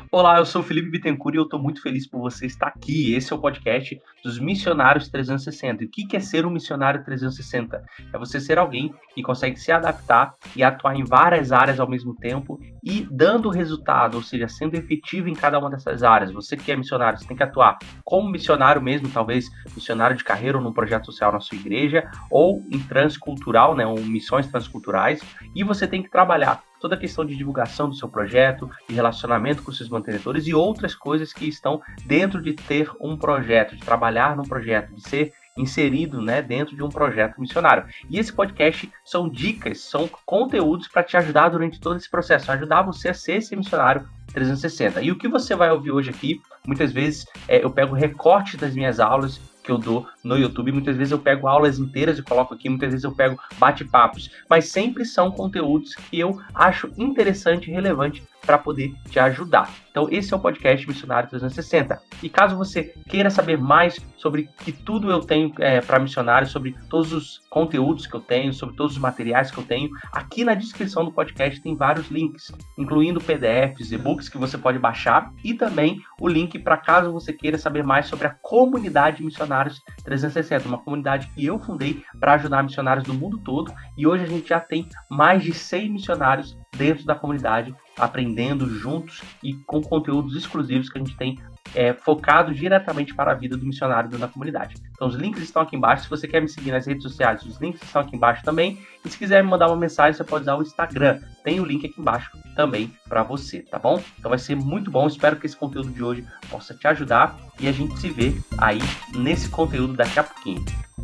Olá, eu sou o Felipe Bittencourt e eu estou muito feliz por você estar aqui. Esse é o podcast dos Missionários 360. E o que é ser um missionário 360? É você ser alguém que consegue se adaptar e atuar em várias áreas ao mesmo tempo e dando resultado, ou seja, sendo efetivo em cada uma dessas áreas. Você que é missionário, você tem que atuar como missionário mesmo, talvez missionário de carreira ou num projeto social na sua igreja, ou em transcultural, né, ou missões transculturais, e você tem que trabalhar toda a questão de divulgação do seu projeto, de relacionamento com seus mantenedores e outras coisas que estão dentro de ter um projeto, de trabalhar num projeto, de ser inserido, né, dentro de um projeto missionário. E esse podcast são dicas, são conteúdos para te ajudar durante todo esse processo, ajudar você a ser esse missionário 360. E o que você vai ouvir hoje aqui, muitas vezes eu pego recortes das minhas aulas que eu dou no YouTube, muitas vezes eu pego aulas inteiras e coloco aqui, muitas vezes eu pego bate-papos, mas sempre são conteúdos que eu acho interessante e relevante para poder te ajudar. Então esse é o podcast Missionário 360. E caso você queira saber mais sobre que tudo eu tenho para missionários, sobre todos os conteúdos que eu tenho, sobre todos os materiais que eu tenho, aqui na descrição do podcast tem vários links, incluindo PDFs, e-books que você pode baixar e também o link para caso você queira saber mais sobre a comunidade Missionários 360, uma comunidade que eu fundei para ajudar missionários do mundo todo, e hoje a gente já tem mais de 100 missionários dentro da comunidade, aprendendo juntos e com conteúdos exclusivos que a gente tem focado diretamente para a vida do missionário da comunidade. Então os links estão aqui embaixo. Se você quer me seguir nas redes sociais, os links estão aqui embaixo também. E se quiser me mandar uma mensagem, você pode usar o Instagram. Tem o link aqui embaixo também para você, tá bom? Então vai ser muito bom. Espero que esse conteúdo de hoje possa te ajudar e a gente se vê aí nesse conteúdo daqui a pouquinho.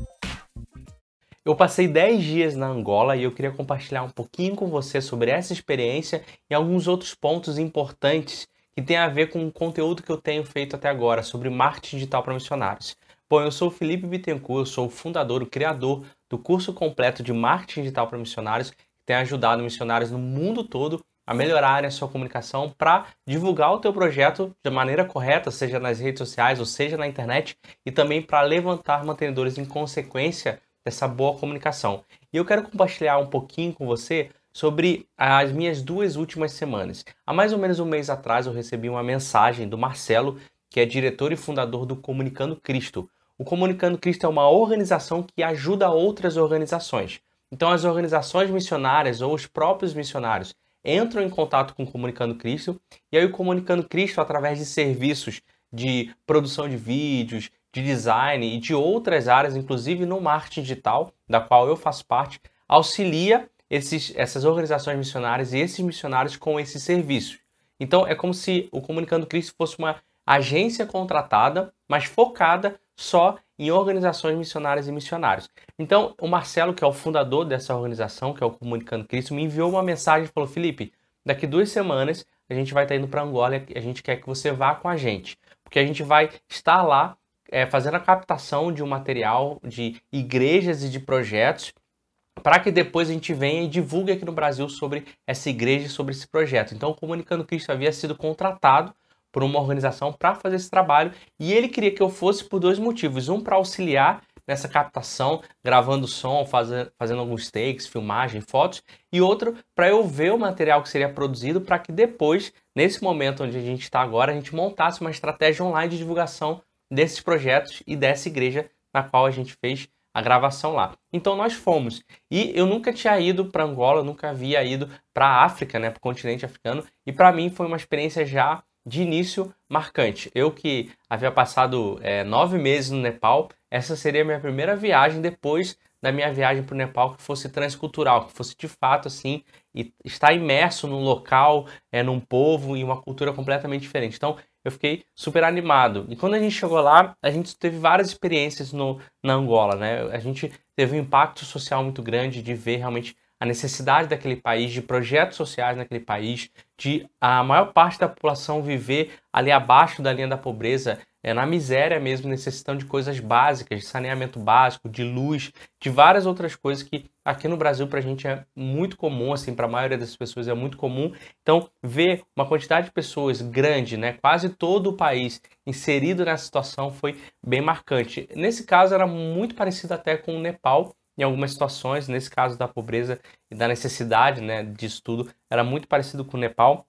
Eu passei 10 dias na Angola e eu queria compartilhar um pouquinho com você sobre essa experiência e alguns outros pontos importantes que tem a ver com o conteúdo que eu tenho feito até agora sobre marketing digital para missionários. Bom, eu sou o Felipe Bittencourt, eu sou o fundador, o criador do curso completo de marketing digital para missionários, que tem ajudado missionários no mundo todo a melhorarem a sua comunicação para divulgar o teu projeto de maneira correta, seja nas redes sociais ou seja na internet, e também para levantar mantenedores em consequência dessa boa comunicação. E eu quero compartilhar um pouquinho com você sobre as minhas 2 últimas semanas. Há mais ou menos um mês atrás eu recebi uma mensagem do Marcelo, que é diretor e fundador do Comunicando Cristo. O Comunicando Cristo é uma organização que ajuda outras organizações. Então as organizações missionárias ou os próprios missionários entram em contato com o Comunicando Cristo, e aí o Comunicando Cristo, através de serviços de produção de vídeos, de design e de outras áreas, inclusive no marketing digital, da qual eu faço parte, auxilia essas organizações missionárias e esses missionários com esses serviços. Então é como se o Comunicando Cristo fosse uma agência contratada, mas focada só em organizações missionárias e missionários. Então o Marcelo, que é o fundador dessa organização, que é o Comunicando Cristo, me enviou uma mensagem e falou: Felipe, daqui 2 semanas a gente vai estar indo para Angola e a gente quer que você vá com a gente, porque a gente vai estar lá fazendo a captação de um material de igrejas e de projetos para que depois a gente venha e divulgue aqui no Brasil sobre essa igreja e sobre esse projeto. Então, o Comunicando Cristo havia sido contratado por uma organização para fazer esse trabalho e ele queria que eu fosse por 2 motivos. Um, para auxiliar nessa captação, gravando som, fazendo alguns takes, filmagem, fotos, e outro, para eu ver o material que seria produzido para que depois, nesse momento onde a gente está agora, a gente montasse uma estratégia online de divulgação desses projetos e dessa igreja na qual a gente fez a gravação lá. Então nós fomos. E eu nunca tinha ido para Angola, nunca havia ido para a África, né, para o continente africano, e para mim foi uma experiência já de início marcante. Eu que havia passado 9 meses no Nepal, essa seria a minha primeira viagem depois da minha viagem para o Nepal que fosse transcultural, que fosse de fato assim, e estar imerso num local, num povo e uma cultura completamente diferente. Então eu fiquei super animado. E quando a gente chegou lá, a gente teve várias experiências na Angola, né? A gente teve um impacto social muito grande de ver realmente a necessidade daquele país, de projetos sociais naquele país, de a maior parte da população viver ali abaixo da linha da pobreza, na miséria mesmo, necessitando de coisas básicas, de saneamento básico, de luz, de várias outras coisas que aqui no Brasil pra gente é muito comum, assim, para a maioria das pessoas é muito comum. Então, ver uma quantidade de pessoas grande, né, quase todo o país inserido nessa situação foi bem marcante. Nesse caso era muito parecido até com o Nepal, em algumas situações, nesse caso da pobreza e da necessidade, né, disso tudo, era muito parecido com o Nepal.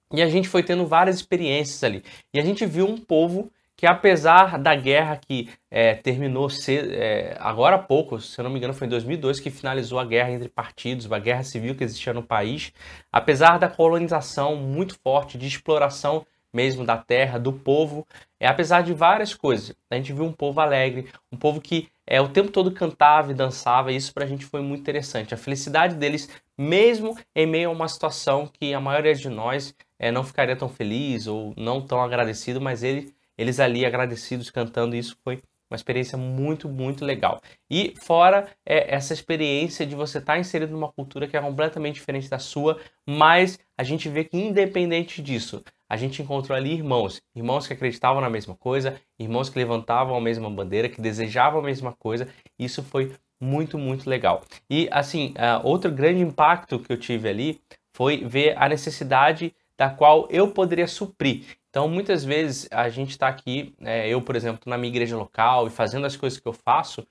E a gente foi tendo várias experiências ali. E a gente viu um povo que, apesar da guerra que terminou agora há pouco, se eu não me engano foi em 2002 que finalizou a guerra entre partidos, a guerra civil que existia no país, apesar da colonização muito forte, de exploração mesmo da terra, do povo, apesar de várias coisas, a gente viu um povo alegre, um povo que o tempo todo cantava e dançava, e isso pra gente foi muito interessante. A felicidade deles, mesmo em meio a uma situação que a maioria de nós não ficaria tão feliz ou não tão agradecido, mas eles ali agradecidos cantando, isso foi uma experiência muito, muito legal. E fora essa experiência de você estar inserido numa cultura que é completamente diferente da sua, mas a gente vê que independente disso, a gente encontrou ali irmãos que acreditavam na mesma coisa, irmãos que levantavam a mesma bandeira, que desejavam a mesma coisa. Isso foi muito, muito legal. E assim, outro grande impacto que eu tive ali foi ver a necessidade da qual eu poderia suprir. Então, muitas vezes a gente está aqui, eu, por exemplo, na minha igreja local e fazendo as coisas que eu faço,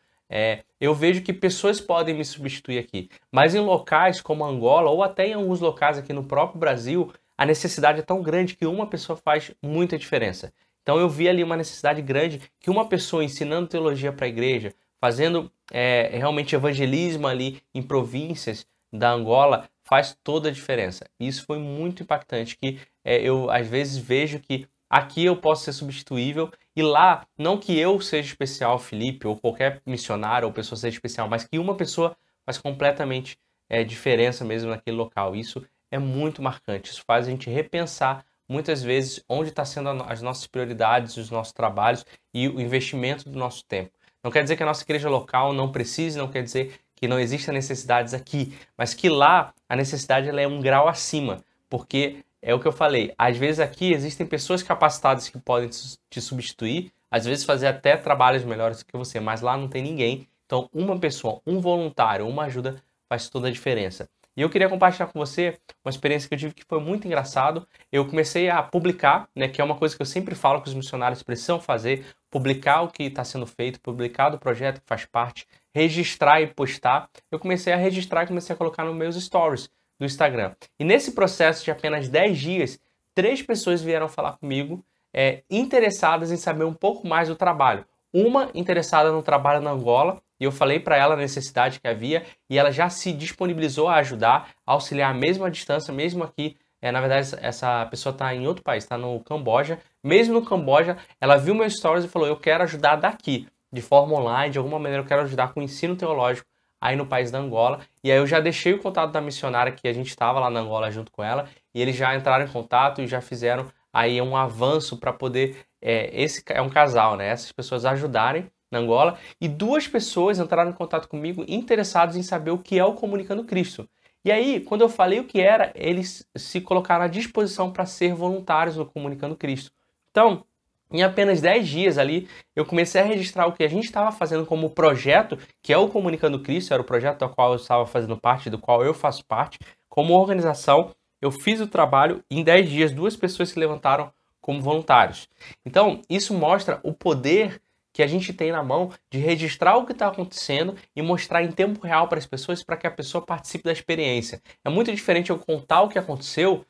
eu vejo que pessoas podem me substituir aqui. Mas em locais como Angola, ou até em alguns locais aqui no próprio Brasil, a necessidade é tão grande que uma pessoa faz muita diferença. Então eu vi ali uma necessidade grande que uma pessoa ensinando teologia para a igreja, fazendo realmente evangelismo ali em províncias da Angola, faz toda a diferença. E isso foi muito impactante, que eu às vezes vejo que aqui eu posso ser substituível e lá, não que eu seja especial, Felipe, ou qualquer missionário ou pessoa seja especial, mas que uma pessoa faz completamente diferença mesmo naquele local. Isso é muito marcante, isso faz a gente repensar muitas vezes onde está sendo as nossas prioridades, os nossos trabalhos e o investimento do nosso tempo. Não quer dizer que a nossa igreja local não precise, não quer dizer que não existam necessidades aqui, mas que lá a necessidade ela é um grau acima, porque é o que eu falei, às vezes aqui existem pessoas capacitadas que podem te substituir, às vezes fazer até trabalhos melhores do que você, mas lá não tem ninguém. Então uma pessoa, um voluntário, uma ajuda faz toda a diferença. E eu queria compartilhar com você uma experiência que eu tive que foi muito engraçado. Eu comecei a publicar, né, que é uma coisa que eu sempre falo que os missionários precisam fazer, publicar o que está sendo feito, publicar do projeto que faz parte, registrar e postar. Eu comecei a registrar e comecei a colocar nos meus stories do Instagram. E nesse processo de apenas 10 dias, 3 pessoas vieram falar comigo interessadas em saber um pouco mais do trabalho. Uma interessada no trabalho na Angola, e eu falei para ela a necessidade que havia, e ela já se disponibilizou a ajudar, a auxiliar mesmo à distância, mesmo aqui. Na verdade, essa pessoa está em outro país, está no Camboja. Mesmo no Camboja, ela viu meus stories e falou, eu quero ajudar daqui, de forma online, de alguma maneira eu quero ajudar com o ensino teológico aí no país da Angola. E aí eu já deixei o contato da missionária que a gente estava lá na Angola junto com ela, e eles já entraram em contato e já fizeram aí um avanço para poder, esse é um casal, né? Essas pessoas ajudarem na Angola, e 2 pessoas entraram em contato comigo interessados em saber o que é o Comunicando Cristo. E aí, quando eu falei o que era, eles se colocaram à disposição para ser voluntários no Comunicando Cristo. Então, em apenas 10 dias ali, eu comecei a registrar o que a gente estava fazendo como projeto, que é o Comunicando Cristo, era o projeto do qual eu estava fazendo parte, do qual eu faço parte. Como organização, eu fiz o trabalho, e em 10 dias, 2 pessoas se levantaram como voluntários. Então, isso mostra o poder que a gente tem na mão de registrar o que está acontecendo e mostrar em tempo real para as pessoas, para que a pessoa participe da experiência. É muito diferente eu contar o que aconteceu,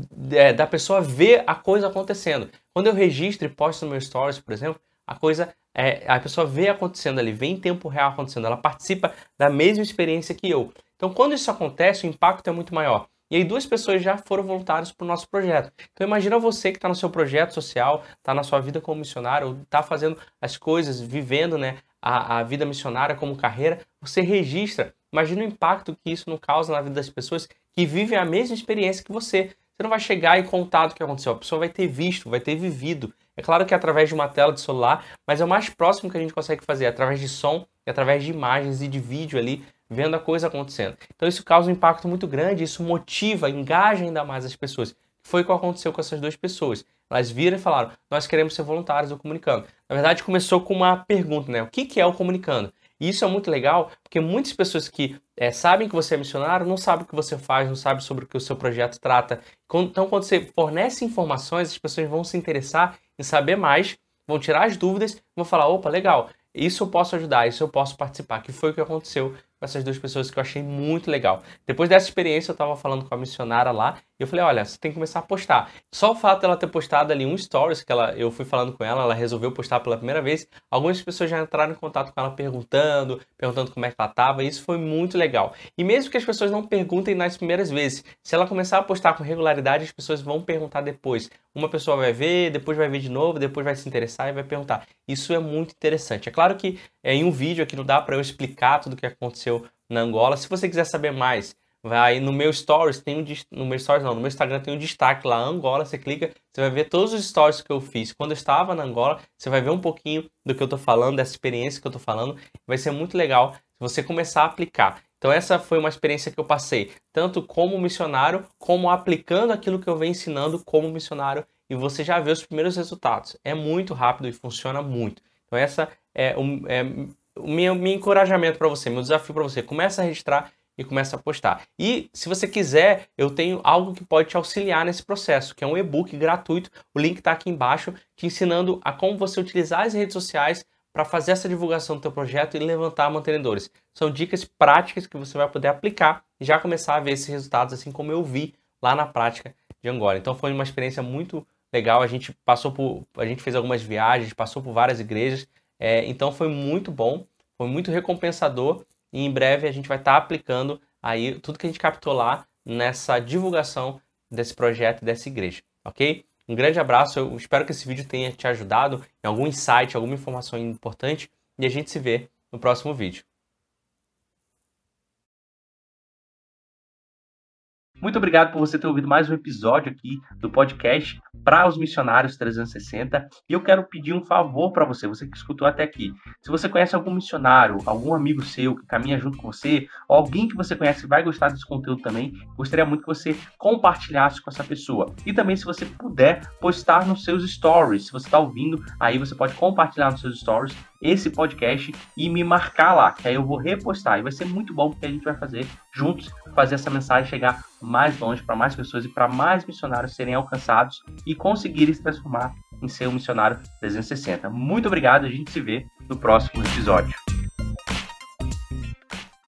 da pessoa ver a coisa acontecendo. Quando eu registro e posto no meu stories, por exemplo, a pessoa vê acontecendo ali, vê em tempo real acontecendo, ela participa da mesma experiência que eu. Então, quando isso acontece, o impacto é muito maior. E aí 2 pessoas já foram voluntários para o nosso projeto. Então imagina você que está no seu projeto social, está na sua vida como missionário, ou está fazendo as coisas, vivendo, né, a vida missionária como carreira, você registra. Imagina o impacto que isso não causa na vida das pessoas que vivem a mesma experiência que você. Você não vai chegar e contar do que aconteceu, a pessoa vai ter visto, vai ter vivido. É claro que é através de uma tela de celular, mas é o mais próximo que a gente consegue fazer, através de som, através de imagens e de vídeo ali, vendo a coisa acontecendo. Então isso causa um impacto muito grande, isso motiva, engaja ainda mais as pessoas. Foi o que aconteceu com essas 2 pessoas. Elas viram e falaram, nós queremos ser voluntários do Comunicando. Na verdade, começou com uma pergunta, né? O que é o Comunicando? E isso é muito legal, porque muitas pessoas que sabem que você é missionário, não sabem o que você faz, não sabem sobre o que o seu projeto trata. Então, quando você fornece informações, as pessoas vão se interessar em saber mais, vão tirar as dúvidas, vão falar, opa, legal, isso eu posso ajudar, isso eu posso participar, que foi o que aconteceu com essas 2 pessoas que eu achei muito legal. Depois dessa experiência, eu estava falando com a missionária lá, E eu falei, olha, você tem que começar a postar. Só o fato dela ter postado ali um stories, que eu fui falando com ela resolveu postar pela primeira vez, algumas pessoas já entraram em contato com ela perguntando como é que ela estava, e isso foi muito legal. E mesmo que as pessoas não perguntem nas primeiras vezes, se ela começar a postar com regularidade, as pessoas vão perguntar depois. Uma pessoa vai ver, depois vai ver de novo, depois vai se interessar e vai perguntar. Isso é muito interessante. É claro que em um vídeo aqui não dá para eu explicar tudo o que aconteceu na Angola. Se você quiser saber mais, vai no meu stories, no meu Instagram tem um destaque lá, Angola, você clica, você vai ver todos os stories que eu fiz quando eu estava na Angola, você vai ver um pouquinho do que eu tô falando, dessa experiência que eu tô falando, vai ser muito legal se você começar a aplicar. Então essa foi uma experiência que eu passei, tanto como missionário, como aplicando aquilo que eu venho ensinando como missionário, e você já vê os primeiros resultados. É muito rápido e funciona muito. Então essa é o meu encorajamento para você, meu desafio para você, começa a registrar e começa a postar. E se você quiser, eu tenho algo que pode te auxiliar nesse processo, que é um e-book gratuito, o link está aqui embaixo, te ensinando a como você utilizar as redes sociais para fazer essa divulgação do teu projeto e levantar mantenedores. São dicas práticas que você vai poder aplicar e já começar a ver esses resultados, assim como eu vi lá na prática de Angola. Então foi uma experiência muito legal, a gente fez algumas viagens, passou por várias igrejas, então foi muito bom, foi muito recompensador. E em breve a gente vai estar aplicando aí tudo que a gente captou lá nessa divulgação desse projeto e dessa igreja, ok? Um grande abraço, eu espero que esse vídeo tenha te ajudado em algum insight, alguma informação importante e a gente se vê no próximo vídeo. Muito obrigado por você ter ouvido mais um episódio aqui do podcast para os Missionários 360. E eu quero pedir um favor para você, você que escutou até aqui. Se você conhece algum missionário, algum amigo seu que caminha junto com você, ou alguém que você conhece que vai gostar desse conteúdo também, gostaria muito que você compartilhasse com essa pessoa. E também, se você puder, postar nos seus stories. Se você está ouvindo, aí você pode compartilhar nos seus stories esse podcast e me marcar lá, que aí eu vou repostar. E vai ser muito bom porque a gente vai fazer juntos, fazer essa mensagem chegar mais longe para mais pessoas e para mais missionários serem alcançados e conseguirem se transformar em ser um missionário 360. Muito obrigado, a gente se vê no próximo episódio.